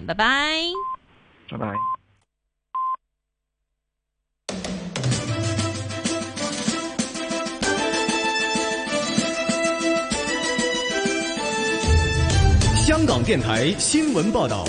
拜拜。 拜拜。 香港电台新闻报道。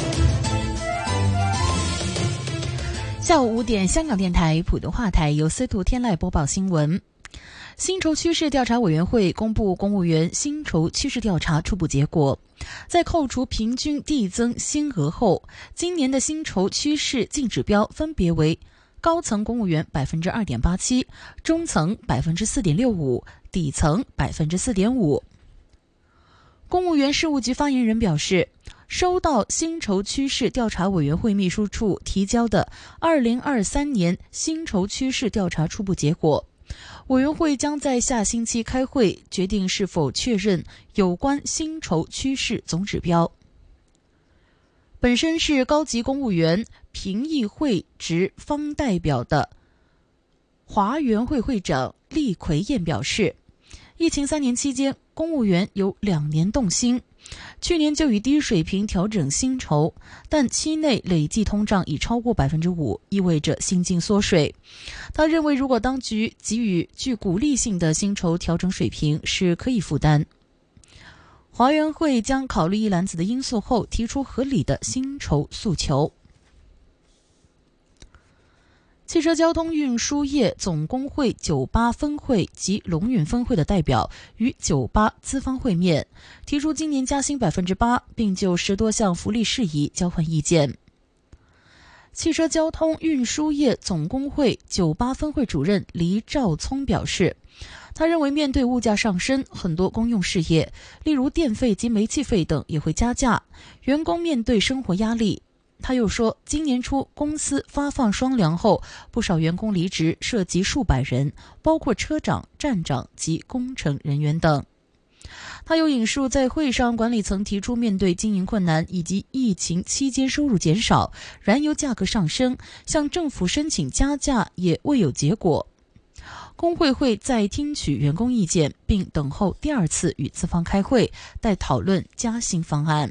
下午5点，香港电台普通话台由司徒天籁播报新闻。薪酬趋势调查委员会公布公务员薪酬趋势调查初步结果，在扣除平均递增薪额后，今年的薪酬趋势净指标分别为高层公务员 2.87%， 中层 4.65%， 底层 4.5%。公务员事务局发言人表示，收到薪酬趋势调查委员会秘书处提交的2023年薪酬趋势调查初步结果，委员会将在下星期开会决定是否确认有关薪酬趋势总指标。本身是高级公务员评议会职方代表的华员会会长厉奎燕表示，疫情3年期间，公务员有2年冻薪，去年就以低水平调整薪酬，但期内累计通胀已超过 5%， 意味着薪金缩水。他认为，如果当局给予具鼓励性的薪酬调整水平，是可以负担。华员会将考虑一篮子的因素后，提出合理的薪酬诉求。汽车交通运输业总工会98分会及龙运分会的代表与98资方会面，提出今年加薪 8%， 并就10多项福利事宜交换意见。汽车交通运输业总工会98分会主任黎兆聪表示，他认为面对物价上升，很多公用事业，例如电费及煤气费等也会加价，员工面对生活压力。他又说，今年初公司发放双粮后，不少员工离职，涉及数百人，包括车长、站长及工程人员等。他又引述在会上管理层提出，面对经营困难以及疫情期间收入减少，燃油价格上升，向政府申请加价也未有结果。工会会再听取员工意见，并等候第2次与资方开会，待讨论加薪方案。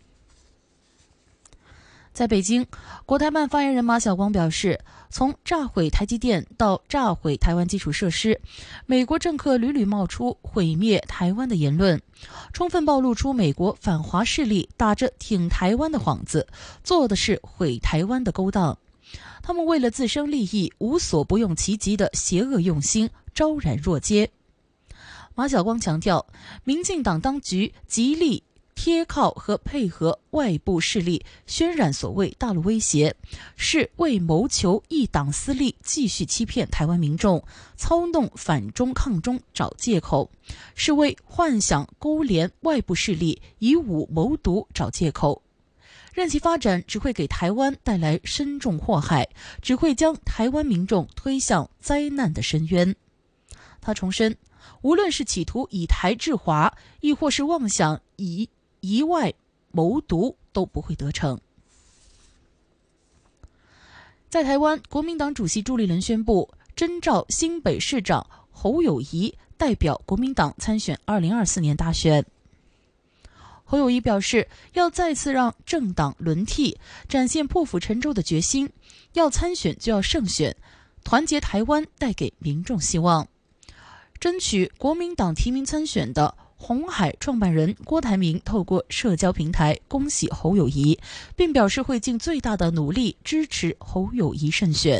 在北京，国台办发言人马晓光表示，从炸毁台积电到炸毁台湾基础设施，美国政客屡屡冒出毁灭台湾的言论，充分暴露出美国反华势力打着挺台湾的幌子，做的是毁台湾的勾当。他们为了自身利益，无所不用其极的邪恶用心，昭然若揭。马晓光强调，民进党当局极力贴靠和配合外部势力渲染所谓大陆威胁，是为谋求一党私利，继续欺骗台湾民众，操弄反中抗中找借口，是为幻想勾连外部势力以武谋独找借口。任其发展只会给台湾带来深重祸害，只会将台湾民众推向灾难的深渊。他重申，无论是企图以台制华，亦或是妄想以外谋独，都不会得逞。在台湾，国民党主席朱立伦宣布征召新北市长侯友宜代表国民党参选2024年大选。侯友宜表示，要再次让政党轮替，展现破釜沉舟的决心，要参选就要胜选，团结台湾，带给民众希望。争取国民党提名参选的鸿海创办人郭台铭透过社交平台恭喜侯友宜，并表示会尽最大的努力支持侯友宜胜选。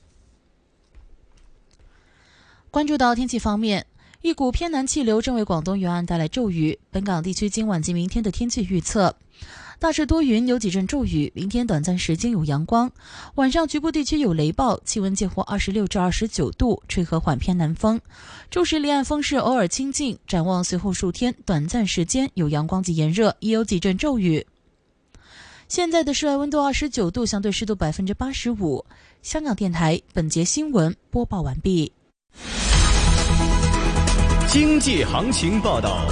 关注到天气方面，一股偏南气流正为广东沿岸带来骤雨，本港地区今晚及明天的天气预测：大致多云，有几阵骤雨，明天短暂时间有阳光，晚上局部地区有雷暴，气温介乎26至29度，吹和缓偏南风。周时离岸风势偶尔清劲，展望随后数天短暂时间有阳光及炎热，也有几阵骤雨。现在的室外温度29度，相对湿度 85%。 香港电台本节新闻播报完毕。 经济行情报道。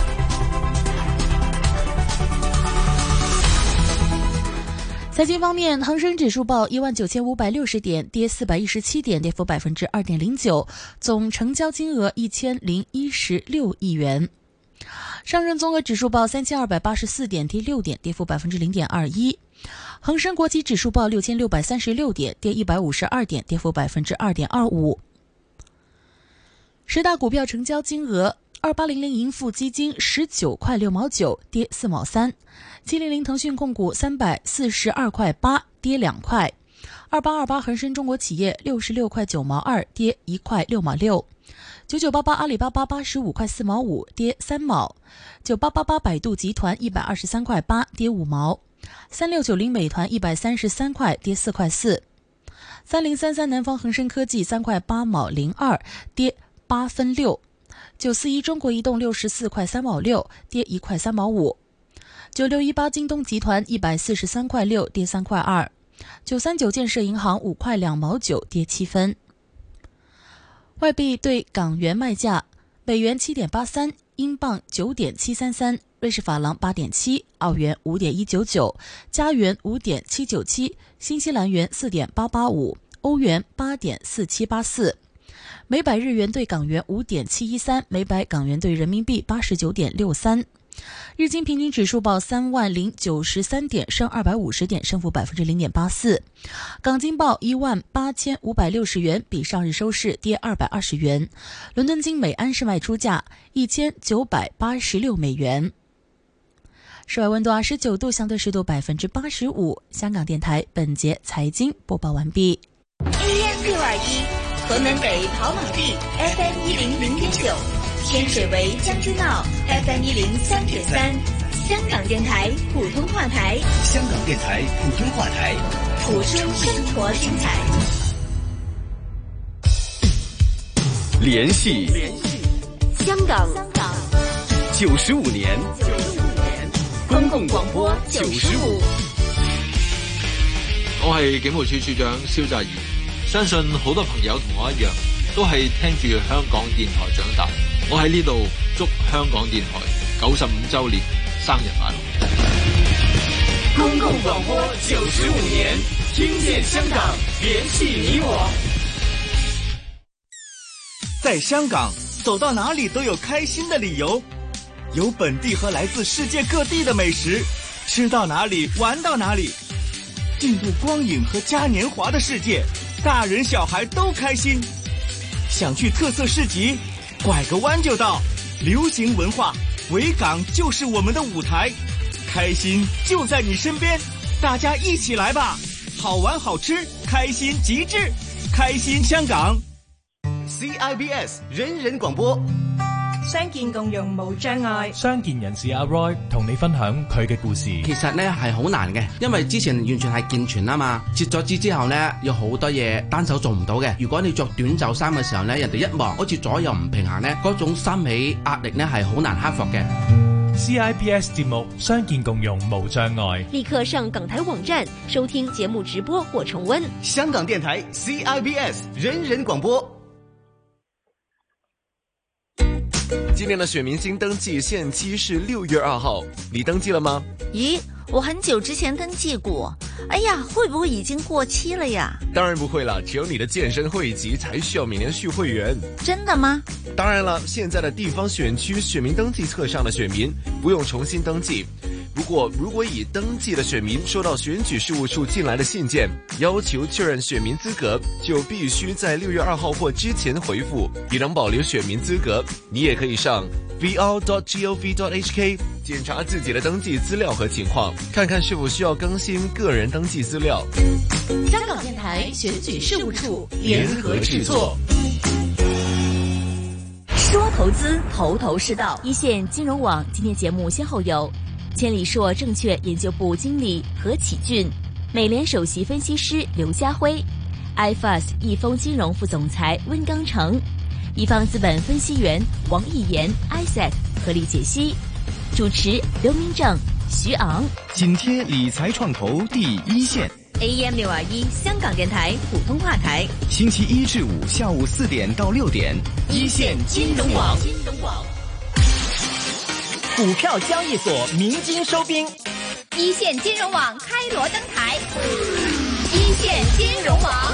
财经方面，恒生指数报19560点，跌417点，跌幅 2.09%， 总成交金额1016亿元。 上证综合指数报3284点，跌6点，跌幅0.21%。恒生国际指数报6636点，跌152点，跌幅2.25%。十大股票成交金额：2800盈富基金19块6毛9，跌4毛3；700腾讯控股342块8，跌2块；2828恒生中国企业66块9毛2，跌1块6毛6；9988阿里巴巴85块4毛5，跌3毛；9888百度集团123块8，跌5毛；3690美团133块，跌4块4；3033南方恒生科技3块8毛02，跌8分6；941中国移动64块3毛6，跌1块3毛5；9618京东集团143块6，跌3块2；939建设银行5块2毛9，跌7分。外币对港元卖价：美元7.83，英镑9.733，瑞士法郎8.7，澳元5.199，加元5.797，新西兰元4.885，欧元8.4784。每百日元对港元5.713，每百港元对人民币89.63。日经平均指数报30093点，升250点，升幅0.84%。港金报18560元，比上日收市跌220元。伦敦金每安士卖出价1986美元。室外温度29度，相对湿度85%。香港电台本节财经播报完毕。 AM621屯门北跑马地 FM100.9，天水围将军澳 FM103.3，香港电台普通话台， 香港电台普通话台， 谱出生活精彩。 联系香港 95年， 公共廣播95。 我係警務處處長蕭澤頤，相信好多朋友同我一樣，都係聽住香港電台長大。我喺呢度祝香港電台95週年生日快樂！ 公共廣播95年，聽見香港，聯繫你我。 在香港，走到哪裡都有開心的理由，有本地和來自世界各地的美食，吃到哪裡玩到哪裡，進入光影和嘉年華的世界，大人小孩都開心。想去特色市集，拐個彎就到。流行文化，維港就是我們的舞台，開心就在你身邊，大家一起來吧！好玩好吃，開心極致，開心香港。 CIBS 人人廣播， 傷健共融無障礙。 傷健人士阿 Roy 同你分享佢嘅故事。 其實呢係好難嘅，因為之前完全係健全啊嘛，截咗肢之後呢，有好多嘢單手做唔到嘅。如果你着短袖衫嘅時候呢，人哋一望好似左右唔平衡呢，嗰種心理壓力呢係好難克服嘅。 CIBS 節目傷健共融無障礙， 立刻上港台網站收聽節目直播或重溫。 香港電台 CIBS 人人廣播。今年的選明星登記限期是6月2號，你登記了嗎？ 咦，我很久之前登記過，哎呀，會不會已經過期了呀？ 當然不會了，只有你的健身會籍才需要每年續會員。 真的嗎？ 當然了，現在的地方選區選民登記冊上的選民不用重新登記。不過，如果已登記的選民收到選舉事務處進來的信件，要求確認選民資格，就必須在6月2號或之前回復，以能保留選民資格。你也可以上 vr.gov.hk 檢查自己的登記資料和情況，看看是否需要更新個人登記資料。 香港電台選舉事務處聯合製作。說投資，頭頭是道。一線金融網今天節目先後有千里碩證券研究部經理何啟俊，美聯首席分析師劉家輝 ，iFAST 易豐金融副總裁溫鋼城，一方資本分析員王毅言 Isaac 合力解析，主持劉明正、徐昂。 緊貼理財創投第一線 AM621 香港電台普通話台， 星期1至5下午4點到6點， 一線金融網。 股票交易所鳴金收兵， 一線金融網開鑼登台，一線金融網。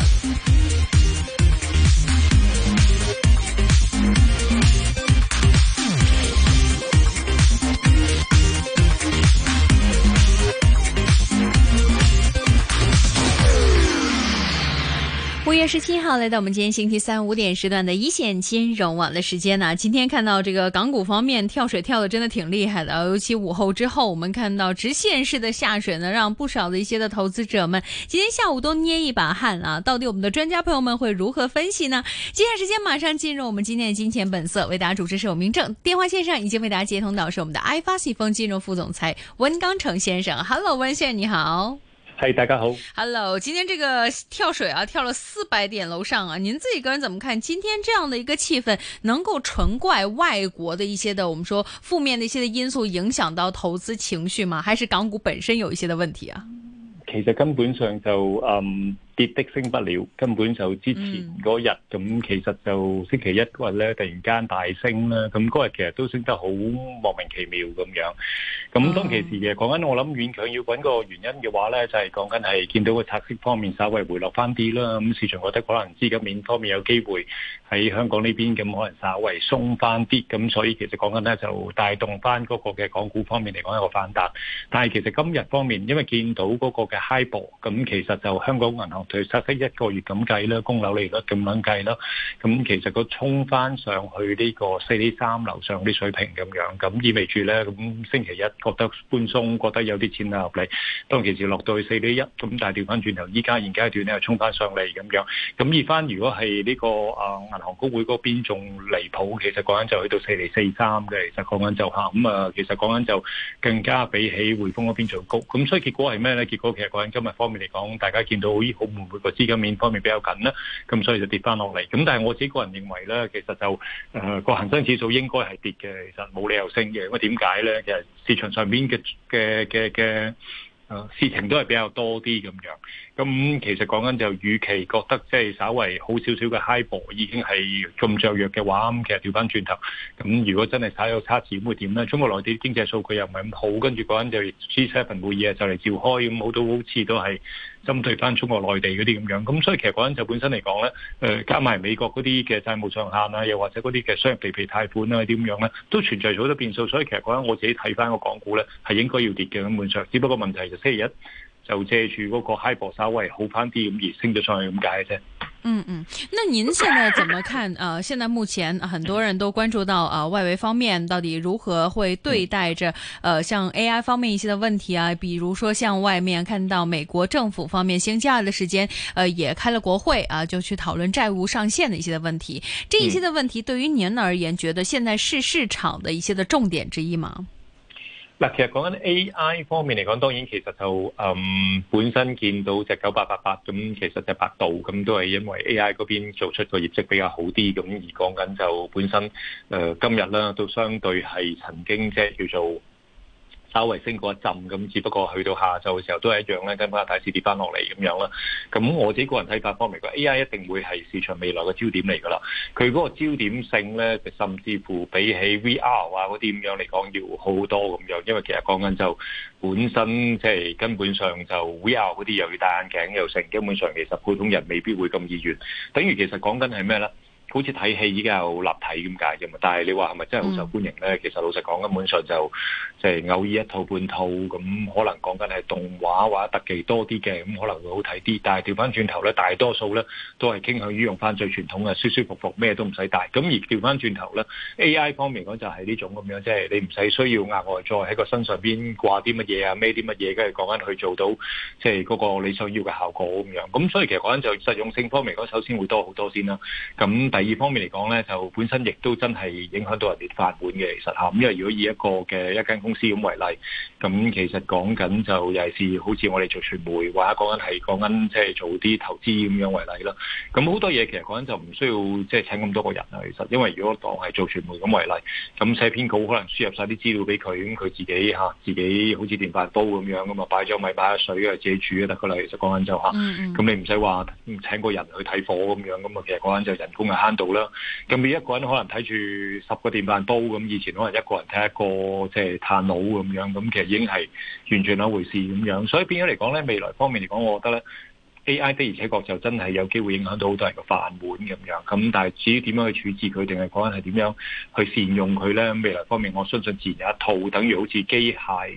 5月17號來到我們今天星期三5點時段的一線金融網的時間呢，今天看到這個港股方面跳水跳得真的挺厲害的，尤其午後之後，我們看到直線式的下水呢，讓不少的一些的投資者們今天下午都捏一把汗啊！到底我們的專家朋友們會如何分析呢？接下來時間馬上進入我們今天的金錢本色，為大家主持是有明正，電話線上已經為大家接通到是我們的 iFAST 豐金融副總裁溫鋼城先生。Hello， 溫先生你好。 嗨，大家好。 Hello， 今天這個跳水啊，跳了400點樓上啊，您自己個人怎麼看？今天這樣的一個氣氛，能夠純怪外國的一些的我們說負面的一些的因素影響到投資情緒嗎？還是港股本身有一些的問題啊？ 其實根本上就跌的升不了，根本就之前嗰日咁，其實就星期一嗰日咧突然間大升啦，咁嗰日其實都升得好莫名其妙咁樣。咁當其時嘅講緊，我諗勉強要揾個原因嘅話咧，就係講緊係見到個拆息方面稍微回落翻啲啦，咁市場覺得可能資金面方面有機會喺香港呢邊咁可能稍微鬆翻啲，咁所以其實講緊咧就帶動翻嗰個嘅港股方面嚟講一個反彈。但係其實今日方面，因為見到嗰個嘅 HIBOR，咁其實就香港銀行對拆息1個月咁計啦，供樓利率咁樣計啦，咁其實個衝翻上去呢個4.3樓上啲水平咁樣，咁意味住咧，咁星期一覺得寬鬆，覺得有啲錢流入嚟，當其時落到去4.1，咁但係調翻轉頭，依家現階段咧又衝翻上嚟咁樣，咁而翻如果係呢個銀行公會嗰邊仲離譜，其實講緊就去到4.43嘅，其實講緊就咁其實講緊就更加比起匯豐嗰邊仲高，咁所以結果係咩咧？結果其實講緊今日方面嚟講，大家見到好唔會個資金面方面比較緊啦，咁所以就跌翻落嚟。咁但係我自己個人認為咧，其實就個恒生指數應該係跌嘅，其實冇理由升嘅。因為點解咧？其實市場上邊嘅事情都係比較多啲咁樣。咁其實講緊就，與其覺得即係稍微好少少嘅 HIBOR 已經係咁雀躍嘅話，咁其實調翻轉頭，咁如果真係稍有差池會點咧？中國內地經濟數據又唔係咁好，跟住嗰陣就 G7 會議就嚟召開，咁好多好似都係針對翻中國內地嗰啲咁樣。咁所以其實嗰陣就本身嚟講咧，加埋美國嗰啲嘅債務上限啊，又或者嗰啲嘅商業地皮貸款啊啲咁樣咧，都存在咗好多變數。所以其實嗰陣我自己睇翻個港股咧，係應該要跌嘅根本上，只不過問題就星期一就借住嗰個 HIBOR 稍微好翻啲咁而升咗上去咁解嘅啫。 那您現在怎麼看？現在目前很多人都關注到外圍方面到底如何會對待着像 AI 方面一些的問題啊，比如說像外面看到美國政府方面星期二的時間也開了國會啊，就去討論債務上限的一些的問題。這一些的問題對於您而言，覺得現在是市場的一些的重點之一嗎？ 嗱，其實講緊 AI 方面嚟講，當然其實就本身見到隻9888咁，其實隻百度咁都係因為 AI 嗰邊做出個業績比較好啲，咁而講緊就本身今日啦都相對係曾經即係叫做稍微升過一陣，咁只不過去到下晝嘅時候都係一樣咧，跟翻大市跌翻落嚟咁樣啦。咁我自己個人睇法方面講，AI 一定會係市場未來嘅焦點嚟㗎啦。佢嗰個焦點性咧，甚至乎比起 VR 啊嗰啲咁樣嚟講要好好多咁樣，因為其實講緊就本身即係根本上就 VR 嗰啲又要戴眼鏡又成，根本上其實普通人未必會咁意願。等於其實講緊係咩咧？好似睇戲依家有立體咁解啫嘛，但係你話係咪真係好受歡迎咧？其實老實講，根本上就即係偶爾一套半套咁，可能講緊係動畫或者特技多啲嘅，咁可能會好睇啲。但係調翻轉頭咧，大多數咧都係傾向於用翻最傳統嘅舒舒服服，咩都唔使帶。咁而調翻轉頭咧 ，AI 方面講就係呢種咁樣，即係你唔使需要額外再喺個身上邊掛啲乜嘢啊，孭啲乜嘢，跟住講緊去做到即係嗰個你想要嘅效果咁樣。咁所以其實講緊就實用性方面講，首先會多好多先啦。咁第二方面嚟講咧，就本身亦都真係影響到人哋飯碗嘅，其實嚇。因為如果以一間公司咁為例，咁其實講緊就尤其是好似我哋做傳媒，或者講緊即係做啲投資咁樣為例啦。咁好多嘢其實講緊就唔需要即係請咁多個人啊。其實因為如果當係做傳媒咁為例，咁寫篇稿可能輸入晒啲資料俾佢，咁佢自己好似電飯煲咁樣咁啊，擺咗米擺咗水啊，自己煮就得噶啦。其實講緊就咁你唔使話請個人去睇火咁樣，咁啊其實講緊就人工係慳到啦。咁你一個人可能睇住10個電飯煲，咁以前可能一個人睇一個即係炭爐咁樣，咁其實已經係完全兩回事咁樣。所以變咗嚟講咧，未來方面嚟講，我覺得咧 AI 的而且確就真係有機會影響到好多人嘅飯碗咁樣。咁但係至於點樣去處置佢，定係講緊係點樣去善用佢咧？未來方面我相信自然有一套，等於好似機械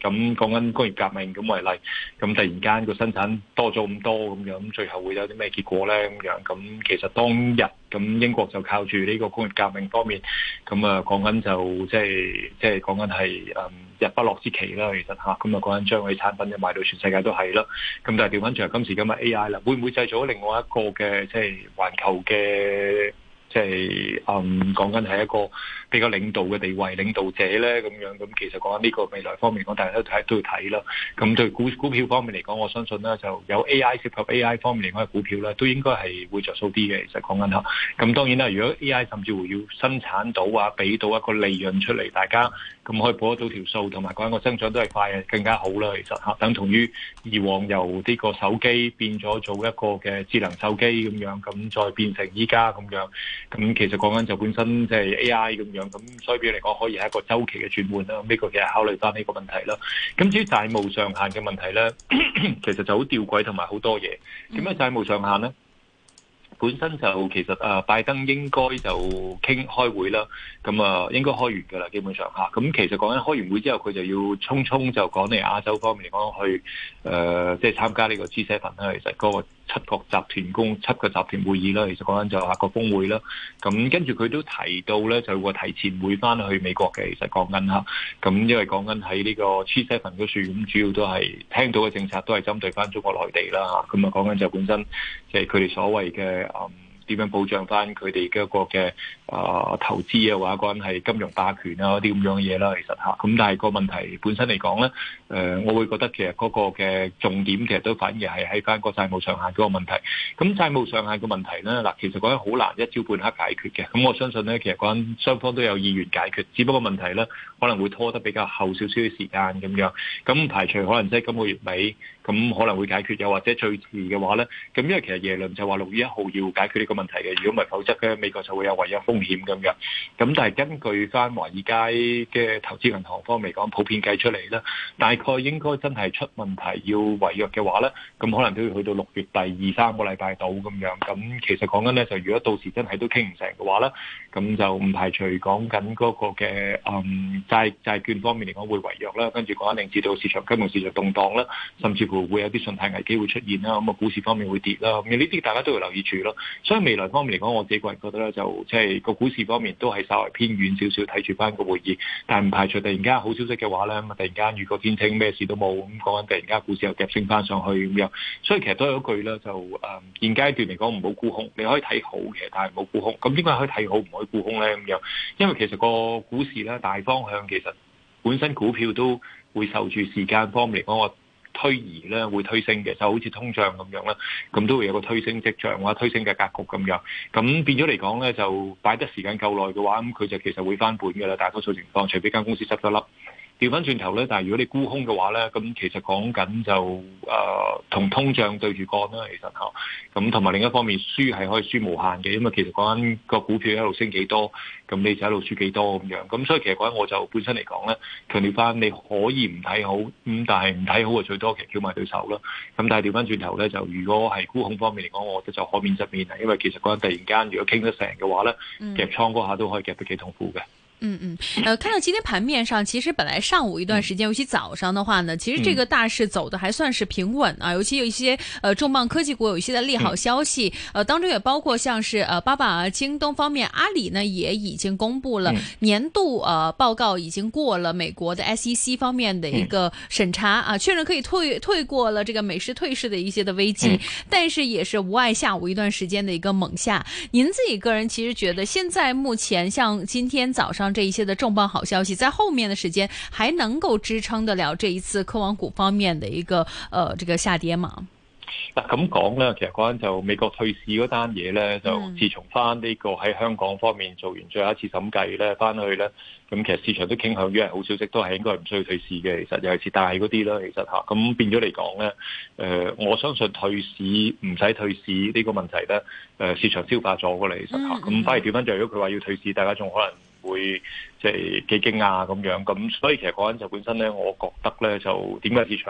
咁講緊工業革命咁為例，咁突然間個生產多咗咁多咁樣，咁最後會有啲咩結果咧咁樣？咁其實當日咁英國就靠住呢個工業革命方面，咁啊講緊就即係講緊係日不落之期啦，其實嚇，咁啊講緊將佢產品就賣到全世界都係啦。咁但係調翻轉今時今日 AI 啦，會唔會製造另外一個嘅即係環球嘅？即係講緊係一個比較領導嘅地位、領導者咧咁樣，咁其實講緊呢個未來方面講，大家都要睇啦。咁對股票方面嚟講，我相信咧就有 AI 涉及 AI 方面嚟講嘅股票咧，都應該係會着數啲嘅。其實講緊嚇，咁當然啦，如果 AI 甚至乎要生產到啊，俾到一個利潤出嚟，大家咁可以補得到條數，同埋講緊個增長都係快嘅，更加好啦。其實嚇，等同於以往由呢個手機變咗做一個嘅智能手機咁樣，咁再變成依家咁樣。咁其實講緊就本身即係 AI 咁樣，咁所以嚟講可以係一個周期嘅轉換啦。呢個其實考慮翻呢個問題啦。咁至於債務上限嘅問題咧，其實就好吊詭同埋好多嘢。點解債務上限咧？本身就其實拜登應該就開會啦，咁應該開完㗎啦，基本上嚇。咁其實講緊開完會之後，佢就要匆匆就講嚟亞洲方面嚟講去即係參加呢個 G7 啦。其實嗰個七個集團會議啦，其實講緊就下個峰會啦。咁跟住佢都提到咧，就會提前會翻去美國嘅。其實講緊嚇，咁因為講緊喺呢個 G7 嗰處，咁主要都係聽到嘅政策都係針對翻中國內地啦嚇。咁啊講緊就本身即係佢哋所謂嘅點樣保障翻佢哋嘅一個嘅投資啊，或者講緊係金融霸權啊嗰啲咁樣嘅嘢啦，其實嚇。咁但係個問題本身嚟講咧，我會覺得其實嗰個嘅重點其實都反而係喺翻個債務上限嗰個問題。咁債務上限嘅問題咧，嗱其實講緊好難一朝半刻解決嘅。咁我相信咧，其實講緊雙方都有意願解決，只不過問題咧可能會拖得比較後少少嘅時間咁樣。咁排除可能即係今個月尾，咁可能會解決，又或者最遲嘅話咧，咁因為其實耶倫就話6月1號要解決呢個問題嘅，如果唔係否則咧美國就會有違約風險咁樣。咁但係根據翻華爾街嘅投資銀行方面嚟講，普遍計出嚟咧，大概應該真係出問題要違約嘅話咧，咁可能都要去到6月第2、3個禮拜到咁樣。咁其實講緊咧，就如果到時真係都傾唔成嘅話咧，咁就唔排除講緊嗰個嘅債券方面嚟講會違約啦，跟住講緊令至到金融市場動盪啦，甚至乎會有啲信貸危機會出現啦，咁啊股市方面會跌啦，咁呢啲大家都要留意住咯。所以未來方面嚟講，我自己個人覺得咧，就即係個股市方面都係稍為偏遠少少，睇住翻個會議，但係唔排除突然間好消息嘅話咧，咁突然間雨過天晴，咩事都冇，咁講緊突然間股市又夾升翻上去咁樣。所以其實都有一句咧，就現階段嚟講唔好沽空，你可以睇好嘅，但係唔好沽空。咁點解可以睇好唔可以沽空咧？咁樣，因為其實個股市咧大方向其實本身股票都會受住時間方面嚟講推移咧會推升嘅，就好似通脹咁樣啦，咁都會有個推升跡象或者推升嘅格局咁樣。咁變咗嚟講咧，就擺得時間夠耐嘅話，咁佢就其實會翻本嘅啦。大多數情況，除非間公司執咗笠。調翻轉頭咧，但係如果你沽空嘅話咧，咁其實講緊就同通脹對住幹啦，其實嚇。咁同埋另一方面，輸係可以輸無限嘅，因為其實講緊個股票一路升幾多，咁你就一路輸幾多咁樣。咁所以其實講緊我就本身嚟講咧，強調翻你可以唔睇好，咁但係唔睇好嘅最多其實叫埋對手啦。咁但係調翻轉頭咧，就如果係沽空方面嚟講，我覺得就可免則免啊，因為其實講緊突然間如果傾得成嘅話咧，夾倉嗰下都可以夾得幾痛苦嘅。 看到今天盤面上，其實本來上午一段時間，尤其早上的話呢，其實這個大市走得還算是平穩啊，尤其有一些重磅科技股有一些的利好消息，當中也包括像是巴巴、京東方面，阿里呢也已經公布了年度報告，已經過了美國的 SEC 方面的一個審查啊，確認可以退過了這個美市退市的一些的危機，但是也是無礙下午一段時間的一個猛下。您自己個人其實覺得，現在目前像今天早上這一些的重磅好消息，在後面的時間還能夠支撐得了這一次科網股方面的一個這個下跌嗎？ 嗱咁講咧，其實講緊就美國退市嗰單嘢咧，就自從翻呢個喺香港方面做完最後一次審計咧，翻去咧，咁其實市場都傾向於係好消息，都係應該唔需要退市嘅。其實尤其是大嗰啲啦，其實嚇咁變咗嚟講咧，我相信退市唔使退市呢個問題咧，市場消化咗㗎啦，其實嚇咁反而調翻轉，如果佢話要退市，大家仲可能會即係幾驚訝咁樣，咁所以其實講緊就本身咧，我覺得咧就點解市場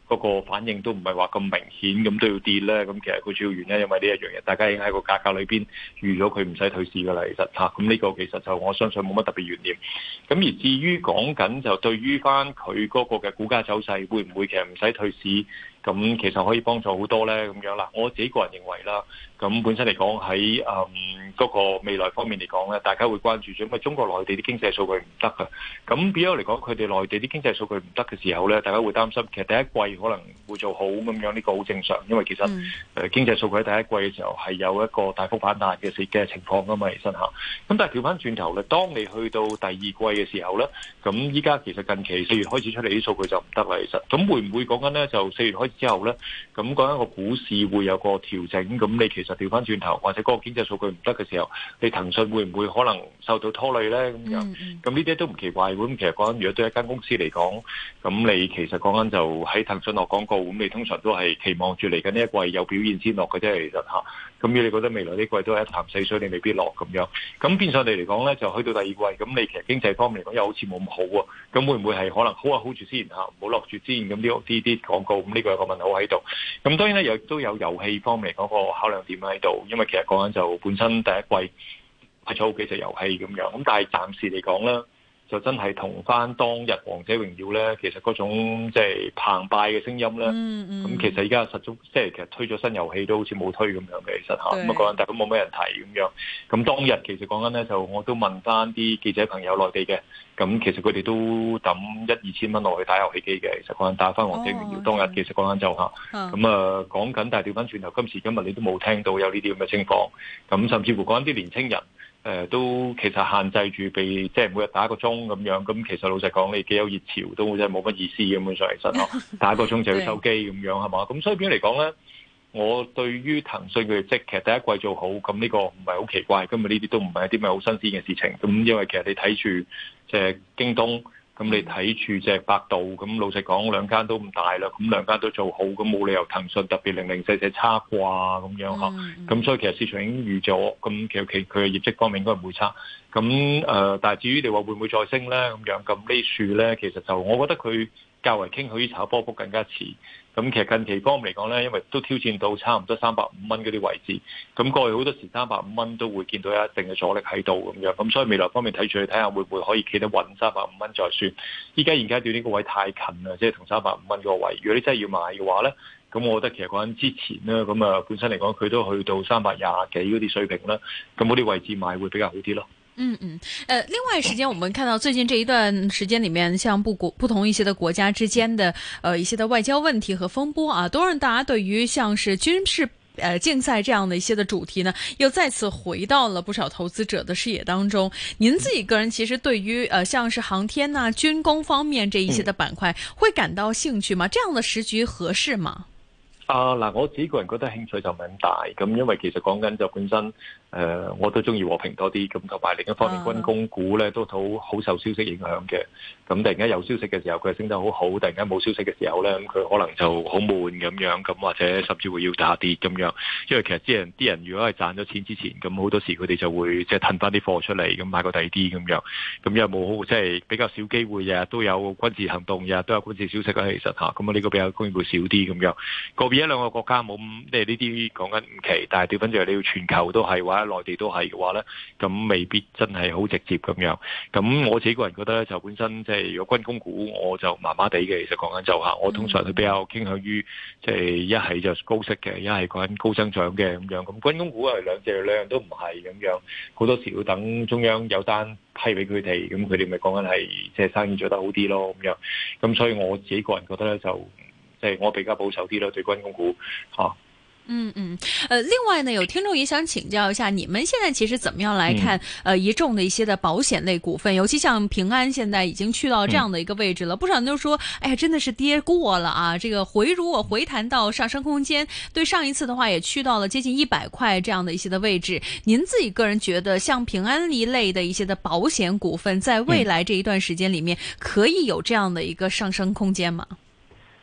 嗰個反應都唔係話咁明顯，咁都要跌咧。咁其實佢主要原因因為呢一樣嘢，大家已經喺個價格裏邊預咗佢唔使退市噶啦，其實嚇。咁呢個其實就我相信冇乜特別懸念。咁而至於講緊就對於翻佢嗰個嘅股價走勢，會唔會其實唔使退市？咁其實可以幫助好多咧，咁樣啦。我自己個人認為啦，咁本身嚟講喺嗰個未來方面嚟講咧，大家會關注咗，因為中國內地啲經濟數據唔得㗎。咁變咗嚟講，佢哋內地啲經濟數據唔得嘅時候咧，大家會擔心其實第一季可能會做好咁樣，呢個好正常。因為其實經濟數據喺第一季嘅時候係有一個大幅反彈嘅情況㗎嘛，其實嚇。咁但係調翻轉頭咧，當你去到第二季嘅時候咧，咁依家其實近期4月開始出嚟啲數據就唔得啦，其實。咁會唔會講緊咧就4月開始之後咧，咁講緊個股市會有個調整？咁你其實調翻轉頭，或者嗰個經濟數據唔得嘅時候，你騰訊會唔會可能受到拖累咧？咁樣，咁呢啲都唔奇怪。咁其實講緊，如果對一間公司嚟講，咁你其實講緊就喺騰訊落廣告，咁你通常都係期望住嚟緊呢一季有表現先落嘅啫。其實嚇，咁如果你覺得未來呢季都係一潭死水，你未必落咁樣。咁變相地嚟講咧，就去到第二季，咁你其實經濟方面嚟講又好似冇咁好喎。咁會唔會係可能好住先嚇，唔好落住先？咁啲廣告，咁呢個有個問號喺度。咁當然咧，都有遊戲方面嗰個考量點喺度，因為其實講緊就本身第一季係出好幾隻遊戲咁樣，咁但係暫時嚟講咧，就真係同翻當日《王者榮耀》咧，其實嗰種即係澎湃嘅聲音咧，咁其實而家實足即係其實推咗新遊戲都好似冇推咁樣嘅，其實嚇咁啊講緊，但係都冇咩人提咁樣。咁當日其實講緊咧，就我都問翻啲記者朋友內地嘅，咁其實佢哋都抌1-2千蚊落去打遊戲機嘅，其實講緊打翻《王者榮耀》當日其實講緊就嚇，咁啊講緊，但係調翻轉頭，今時今日你都冇聽到有呢啲咁嘅情況，咁甚至乎講緊啲年青人。都其實限制住被即係每日打一個鐘咁樣，咁其實老實講，你幾有熱潮都真係冇乜意思咁樣上嚟身打一個鐘就要收機咁樣係嘛？咁所以變咗嚟講咧，我對於騰訊嘅業績其實第一季做好，咁呢個唔係好奇怪，咁啊呢啲都唔係一啲咩好新鮮嘅事情。咁因為其實你睇住即係京東。咁你睇住隻百度，咁老實講兩間都咁大啦，咁兩間都做好，咁冇理由騰訊特別零零舍舍差啩咁樣嚇。咁所以其實市場已經預咗，咁其實佢嘅業績方面應該唔會差。咁但係至於你話會唔會再升咧咁樣，咁呢樹咧其實就我覺得佢較為傾向於炒波幅更加遲。咁其實近期方面嚟講咧，因為都挑戰到差唔多350蚊嗰啲位置，咁過去好多時350蚊都會見到有一定嘅阻力喺度咁樣，咁所以未來方面睇住去睇下會唔會可以企得穩350蚊再算。依家現階段呢個位太近啦，即係同350蚊嗰個位。如果你真係要買嘅話咧，咁我覺得其實講緊之前咧，咁啊本身嚟講佢都去到320幾嗰啲水平啦，咁嗰啲位置買會比較好啲咯。 另外時間我們看到最近這一段時間裏面，像不同一些的國家之間的一些的外交問題和風波啊，都讓大家對於像是軍事競賽這樣的一些的主題呢，又再次回到了不少投資者的視野當中。您自己個人其實對於像是航天啊、軍工方面這一些的板塊，會感到興趣嗎？這樣的時局合適嗎？ 嗱，我自己個人覺得興趣就唔係咁大，咁因為其實講緊就本身，我都中意和平多啲，咁同埋另一方面軍工股咧都好受消息影響嘅，咁突然間有消息嘅時候佢升得好好，突然間冇消息嘅時候咧，咁佢可能就好悶咁樣，咁或者甚至會要下跌咁樣，因為其實啲人如果係賺咗錢之前，咁好多時佢哋就會即係褪翻啲貨出嚟，咁買個第二啲咁樣，咁有冇即係比較少機會日日都有軍事行動，日日都有軍事消息咧？其實嚇，咁呢個比較機會少啲咁樣，個別一兩個國家冇即係呢啲講緊唔奇，但係調翻轉你要全球都係或者內地都係嘅話咧，咁未必真係好直接咁樣。咁我自己個人覺得咧，就本身即係如果軍工股我就麻麻地嘅，其實講緊就嚇，我通常都比較傾向於即係一係就高息嘅，一係講緊高增長嘅咁樣。咁軍工股係兩樣都唔係咁樣，好多時要等中央有單批俾佢哋，咁佢哋咪講緊係即係生意做得好啲咯咁樣。咁所以我自己個人覺得咧就。即係我比較保守啲啦，對軍工股嚇。 另外呢，有聽眾也想請教一下，你們現在其實怎麼樣來看一眾的一些的保險類股份，尤其像平安，現在已經去到這樣的一個位置了。不少人都說，哎呀，真的是跌過了啊！這個如果回彈到上升空間，對上一次的話也去到了接近100塊這樣的一些的位置。您自己個人覺得，像平安一類的一些的保險股份，在未來這一段時間裡面，可以有這樣的一個上升空間嗎？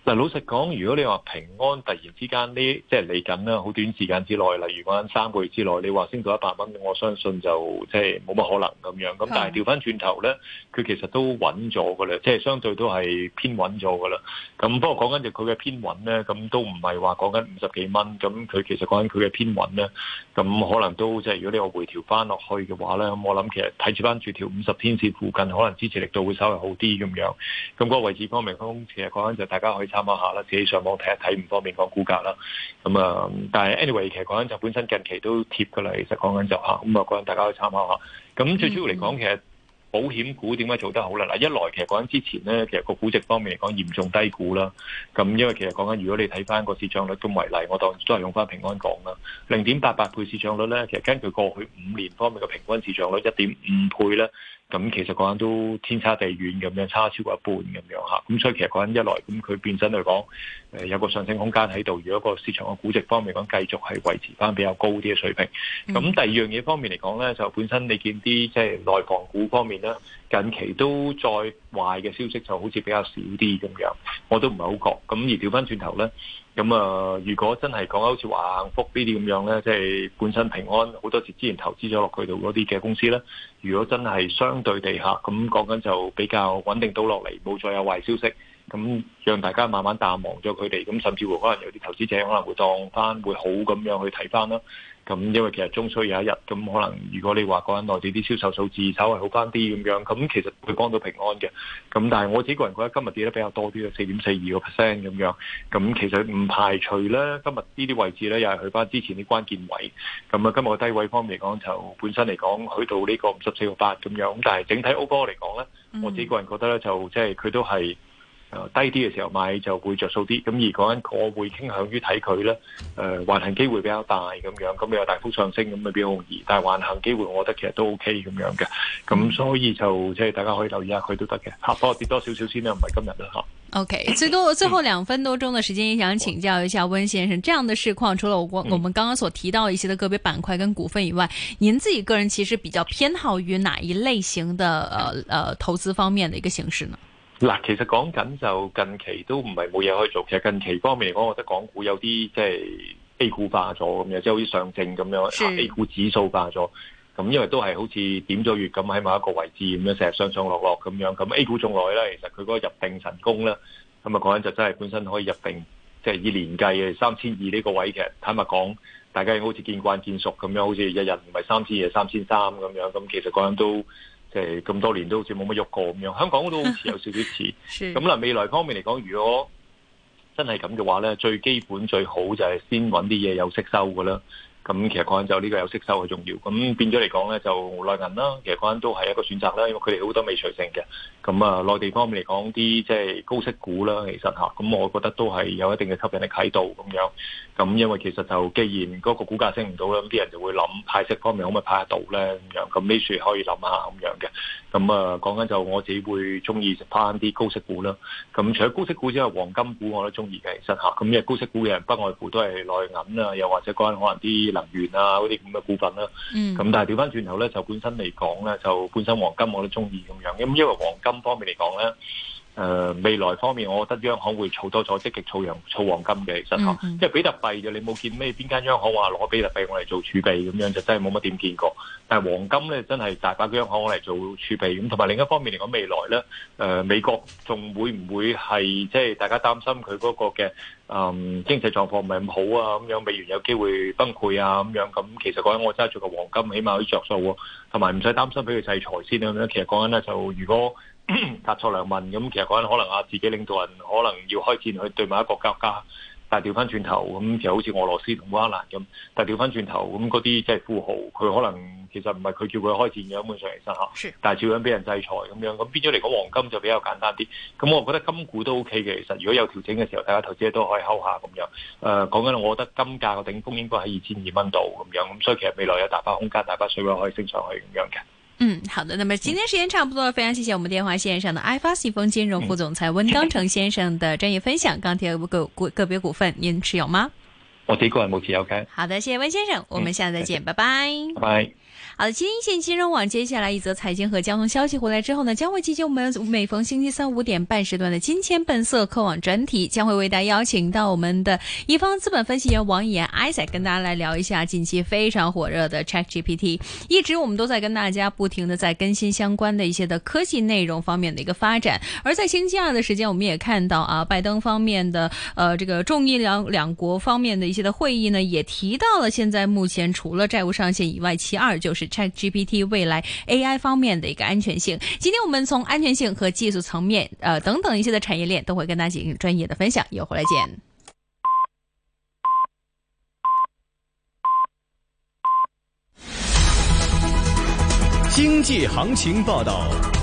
嗱，老實講，如果你話平安突然之間呢，即係嚟緊啦，好短時間之內，例如講3個月之內，你話升到100蚊，我相信就即係冇乜可能咁樣。咁但係調翻轉頭咧，佢其實都穩咗噶啦，即係相對都係偏穩咗噶啦。咁不過講緊就佢嘅偏穩咧，咁都唔係話講緊50幾蚊，咁佢其實講緊佢嘅偏穩咧，咁可能都即係如果你話回調翻落去嘅話咧，咁我諗其實睇住翻住條50天線附近，可能支持力度會稍微好啲咁樣。咁嗰個位置方面其實講緊就大家可以參考下啦，自己上網睇一睇，唔方便講股價啦。咁啊，但係 anyway 其實講緊就本身近期都貼㗎啦，其實講緊就咁啊，講緊大家可以參考下。咁最主要嚟講，其實保險股點解做得好咧？嗱，一來其實講緊之前咧，其實個估值方面嚟講嚴重低估啦。咁因為其實講緊如果你睇翻個市賬率咁為例，我當都係用翻平安講啦，0.88倍市賬率咧，其實根據過去5年方面嘅平均市賬率1.5倍咧。咁其實講緊都天差地遠咁樣，差超過一半咁樣嚇。咁所以其實講緊一來，咁佢變身嚟講，有個上升空間喺度。如果個市場嘅估值方面講，繼續係維持翻比較高啲嘅水平。咁第二樣嘢方面嚟講咧，就本身你見啲即係內房股方面咧，近期都再壞嘅消息就好似比較少啲咁樣，我都唔係好覺。咁而調翻轉頭咧。咁啊，如果真係講好似華幸福呢啲咁樣咧，即係本身平安好多時之前投資咗落佢度嗰啲嘅公司咧，如果真係相對地下，咁講緊就比較穩定到落嚟，冇再有壞消息，咁讓大家慢慢淡忘咗佢哋，咁甚至乎可能有啲投資者可能會當翻會好咁樣去睇翻啦。咁因為其實終須有一日，咁可能如果你話講緊內地啲銷售數字稍微好翻啲咁樣，咁其實會幫到平安嘅。咁但係我自己個人覺得今日跌得比較多啲，4.42% 咁樣。咁其實唔排除咧，今日呢啲位置咧又係去翻之前啲關鍵位。咁啊，今日個低位方面嚟講，就本身嚟講去到呢個54.8咁樣。咁但係整體 overall 嚟講咧，我自己個人覺得咧，就即係佢都係。低啲嘅時候買就會着數啲，咁而講緊我會傾向於睇佢咧，橫行機會比較大咁樣，咁有大幅上升咁咪比較容易，但係橫行機會我覺得其實都 OK 咁樣嘅，咁所以就即係大家可以留意下佢都得嘅，不過跌多少少先啦，唔係今日啦嚇。 OK， 最後2分多鐘的時間，也想請教一下溫先生，這樣的市況，除了我們剛剛所提到一些的個別板塊跟股份以外，您自己個人其實比較偏好於哪一類型的投資方面的一個形式呢？ 嗱，其實講緊就近期都唔係冇嘢可以做。其實近期方面嚟講，我覺得港股有啲即係 A 股化咗咁樣，即係好似上證咁樣，A 股指數化咗。咁因為都係好似點咗月咁喺某一個位置咁樣，成日上上落落咁樣。咁 A 股仲耐咧，其實佢嗰個入定神功咧，咁啊講緊就真係本身可以入定，即係以年計嘅3200呢個位，其實坦白講，大家好似見慣見熟咁樣，好似日日唔係3000，係3300咁樣。咁其實講緊都。即係咁多年都好似冇乜喐過咁樣，香港都好似有少少似。咁嗱，未來方面嚟講，如果真係咁嘅話咧，最基本最好就係先揾啲嘢有息收㗎啦。咁其實講緊就呢個有息收係重要，咁變咗嚟講咧就內銀啦，其實講緊都係一個選擇啦，因為佢哋好多未除淨嘅。咁啊，內地方面嚟講啲即係高息股啦，其實嚇，咁我覺得都係有一定嘅吸引力喺度咁樣。咁因為其實就既然嗰個股價升唔到啦，咁啲人就會諗派息方面可唔可以派得到咧咁樣。咁呢處可以諗下咁樣嘅。咁啊，講緊就我自己會中意食翻啲高息股啦。咁除咗高息股之外，黃金股我都中意嘅，其實嚇。咁因為高息股嘅人不外乎都係內銀啊，又或者講緊可能啲能源啊嗰啲咁嘅股份啦，咁但係調翻轉頭咧，就本身嚟講咧，就本身黃金我都中意咁樣，咁因為黃金方面嚟講咧。未來方面，我覺得央行會儲多咗積極儲黃金嘅，其實嚇，因為比特幣就你冇見咩邊間央行話攞比特幣我嚟做儲備咁樣，就真係冇乜點見過。但係黃金咧真係大把央行攞嚟做儲備咁，同埋另一方面嚟講，未來咧美國仲會唔會係即係大家擔心佢嗰個嘅經濟狀況唔係咁好啊咁樣，美元有機會崩潰啊咁樣，咁其實講緊我揸住個黃金，起碼可以着數喎，同埋唔使擔心俾佢制裁先咁樣。其實講緊咧就如果答錯良民咁，其實講緊可能自己領導人可能要開戰去對某一個國家，但係調翻轉頭咁，其實好似俄羅斯同烏克蘭咁，但係調翻轉頭咁嗰啲即係富豪，佢可能其實唔係佢叫佢開戰嘅，根本上其實嚇，但係照樣俾人制裁咁樣，咁變咗嚟講黃金就比較簡單啲。咁我覺得金股都 OK 嘅，其實如果有調整嘅時候，大家投資者都可以睺下咁樣。講緊我覺得金價個頂峰應該喺2200蚊度咁樣，咁所以其實未來有大把空間、大把水位可以升上去咁樣嘅。 好的，那麼今天時間差不多了，非常謝謝我們電話線上的iFAST 信豐金融副總裁溫鋼城先生的專業分享。鋼鐵個別股份您持有嗎？ 我自己個人冇持有嘅。 好的，謝謝溫先生，我們下次再見，拜拜。 拜拜。 好的，今天一线金融网接下来一则财经和交通消息回来之后呢，将会继续我们每逢星期三5点半时段的金钱本色客网专题，将会为大家邀请到我们的一方资本分析员王岩 Isaac 跟大家来聊一下近期非常火热的 ChatGPT。一直我们都在跟大家不停的在更新相关的一些的科技内容方面的一个发展，而在星期二的时间，我们也看到啊，拜登方面的这个中印两国方面的一些的会议呢，也提到了现在目前除了债务上限以外，其二就是 ChatGPT 未来 AI 方面的一个安全性。今天我们从安全性和技术层面等等一些的产业链都会跟大家进行专业的分享，一会儿回来见。 经济行情报道。